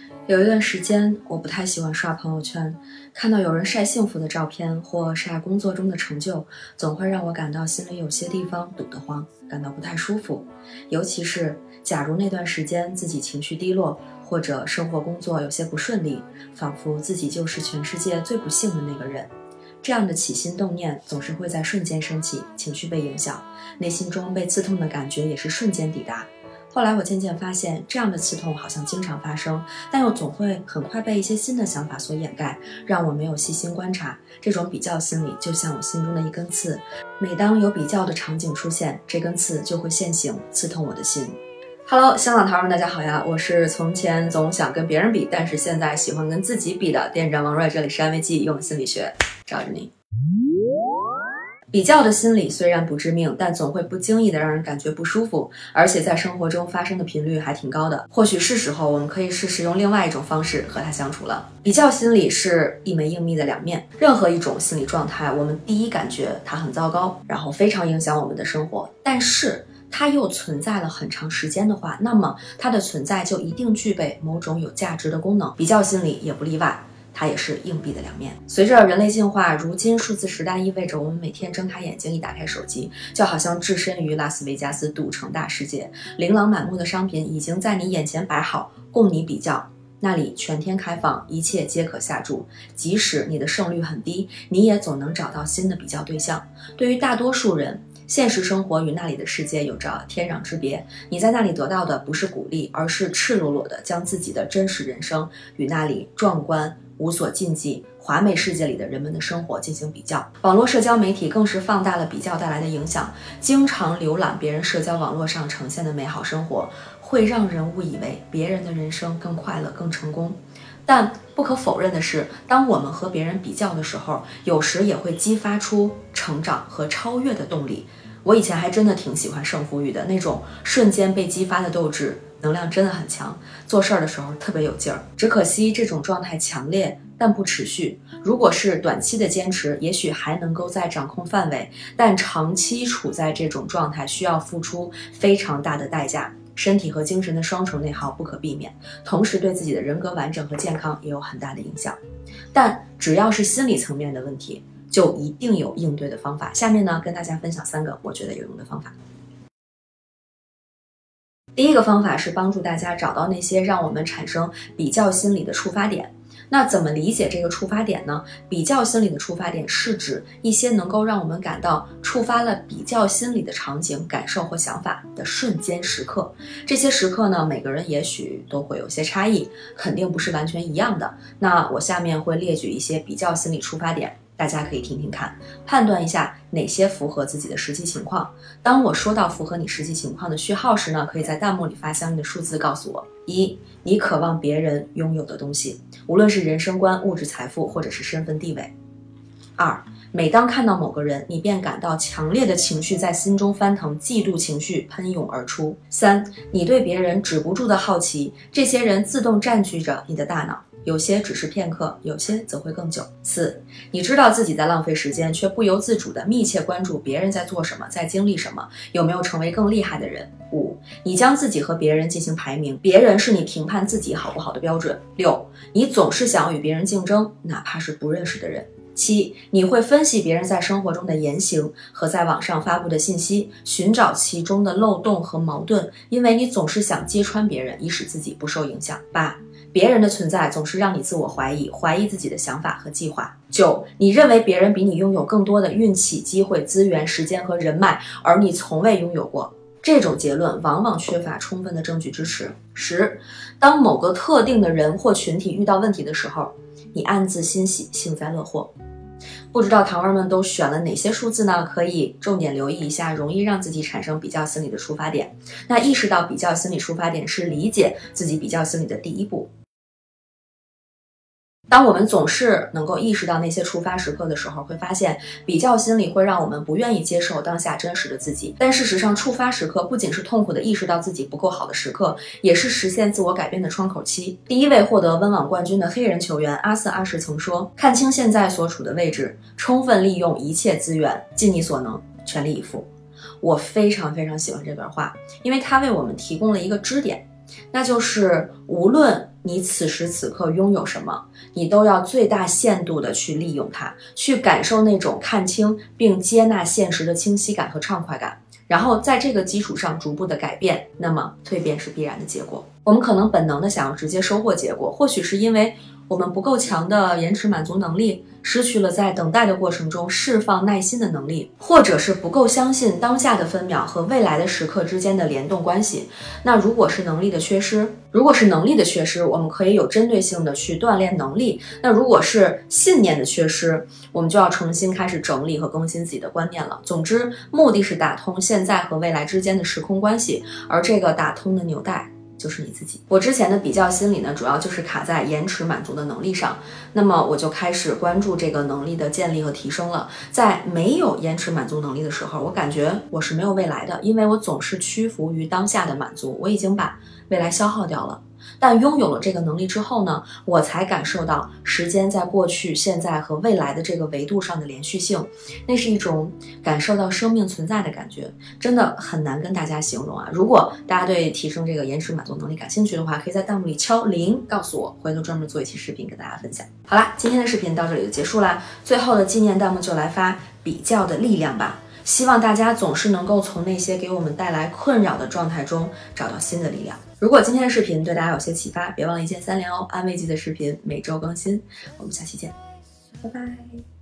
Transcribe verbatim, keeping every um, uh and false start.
有一段时间，我不太喜欢刷朋友圈，看到有人晒幸福的照片或晒工作中的成就，总会让我感到心里有些地方堵得慌，感到不太舒服。尤其是假如那段时间自己情绪低落，或者生活工作有些不顺利，仿佛自己就是全世界最不幸的那个人。这样的起心动念总是会在瞬间升起，情绪被影响，内心中被刺痛的感觉也是瞬间抵达。后来我渐渐发现，这样的刺痛好像经常发生，但又总会很快被一些新的想法所掩盖，让我没有细心观察。这种比较心理就像我心中的一根刺，每当有比较的场景出现，这根刺就会现形，刺痛我的心。Hello， 香港桃人大家好呀，我是从前总想跟别人比，但是现在喜欢跟自己比的店长王瑞，这里是安慰剂用心理学，找着你。比较的心理虽然不致命，但总会不经意的让人感觉不舒服，而且在生活中发生的频率还挺高的。或许是时候我们可以试试用另外一种方式和它相处了。比较心理是一枚硬币的两面，任何一种心理状态，我们第一感觉它很糟糕，然后非常影响我们的生活，但是它又存在了很长时间的话，那么它的存在就一定具备某种有价值的功能。比较心理也不例外，它也是硬币的两面。随着人类进化，如今数字时代意味着我们每天睁开眼睛，一打开手机，就好像置身于拉斯维加斯赌城大世界，琳琅满目的商品已经在你眼前摆好，供你比较。那里全天开放，一切皆可下注，即使你的胜率很低，你也总能找到新的比较对象。对于大多数人，现实生活与那里的世界有着天壤之别，你在那里得到的不是鼓励，而是赤裸裸的将自己的真实人生与那里壮观无所禁忌华美世界里的人们的生活进行比较。网络社交媒体更是放大了比较带来的影响，经常浏览别人社交网络上呈现的美好生活，会让人误以为别人的人生更快乐更成功。但不可否认的是，当我们和别人比较的时候，有时也会激发出成长和超越的动力。我以前还真的挺喜欢胜负欲的，那种瞬间被激发的斗志能量真的很强，做事儿的时候特别有劲儿。只可惜这种状态强烈但不持续，如果是短期的坚持，也许还能够在掌控范围，但长期处在这种状态需要付出非常大的代价，身体和精神的双重内耗不可避免，同时对自己的人格完整和健康也有很大的影响。但只要是心理层面的问题，就一定有应对的方法。下面呢，跟大家分享三个我觉得有用的方法。第一个方法是帮助大家找到那些让我们产生比较心理的触发点。那怎么理解这个触发点呢？比较心理的触发点是指一些能够让我们感到触发了比较心理的场景、感受或想法的瞬间时刻。这些时刻呢，每个人也许都会有些差异，肯定不是完全一样的。那我下面会列举一些比较心理触发点，大家可以听听看，判断一下哪些符合自己的实际情况。当我说到符合你实际情况的序号时呢，可以在弹幕里发相应的数字告诉我。一，你渴望别人拥有的东西，无论是人生观、物质财富或者是身份地位。二，每当看到某个人，你便感到强烈的情绪在心中翻腾，嫉妒情绪喷涌而出。三，你对别人止不住的好奇，这些人自动占据着你的大脑，有些只是片刻，有些则会更久。四，你知道自己在浪费时间，却不由自主地密切关注别人在做什么，在经历什么，有没有成为更厉害的人。五，你将自己和别人进行排名，别人是你评判自己好不好的标准。六，你总是想与别人竞争，哪怕是不认识的人。七，你会分析别人在生活中的言行和在网上发布的信息，寻找其中的漏洞和矛盾，因为你总是想揭穿别人，以使自己不受影响。八，别人的存在总是让你自我怀疑，怀疑自己的想法和计划。九，你认为别人比你拥有更多的运气、机会、资源、时间和人脉，而你从未拥有过。这种结论往往缺乏充分的证据支持。十，当某个特定的人或群体遇到问题的时候，你暗自欣喜，幸灾乐祸。不知道糖儿们都选了哪些数字呢？可以重点留意一下容易让自己产生比较心理的出发点。那意识到比较心理出发点是理解自己比较心理的第一步。当我们总是能够意识到那些触发时刻的时候，会发现比较心理会让我们不愿意接受当下真实的自己。但事实上，触发时刻不仅是痛苦的意识到自己不够好的时刻，也是实现自我改变的窗口期。第一位获得温网冠军的黑人球员阿瑟阿什曾说，看清现在所处的位置，充分利用一切资源，尽你所能，全力以赴。我非常非常喜欢这段话，因为它为我们提供了一个支点，那就是无论你此时此刻拥有什么，你都要最大限度的去利用它，去感受那种看清并接纳现实的清晰感和畅快感，然后在这个基础上逐步的改变，那么蜕变是必然的结果。我们可能本能的想要直接收获结果，或许是因为我们不够强的延迟满足能力，失去了在等待的过程中释放耐心的能力，或者是不够相信当下的分秒和未来的时刻之间的联动关系。那如果是能力的缺失，如果是能力的缺失，我们可以有针对性的去锻炼能力。那如果是信念的缺失，我们就要重新开始整理和更新自己的观念了。总之，目的是打通现在和未来之间的时空关系，而这个打通的纽带就是你自己。我之前的比较心理呢，主要就是卡在延迟满足的能力上，那么我就开始关注这个能力的建立和提升了。在没有延迟满足能力的时候，我感觉我是没有未来的，因为我总是屈服于当下的满足，我已经把未来消耗掉了。但拥有了这个能力之后呢，我才感受到时间在过去、现在和未来的这个维度上的连续性，那是一种感受到生命存在的感觉，真的很难跟大家形容啊！如果大家对提升这个延迟满足能力感兴趣的话，可以在弹幕里敲零告诉我，回头专门做一期视频跟大家分享。好啦，今天的视频到这里就结束啦，最后的纪念弹幕就来发比较的力量吧。希望大家总是能够从那些给我们带来困扰的状态中找到新的力量。如果今天的视频对大家有些启发，别忘了一键三连哦！安慰剂的视频每周更新，我们下期见，拜拜。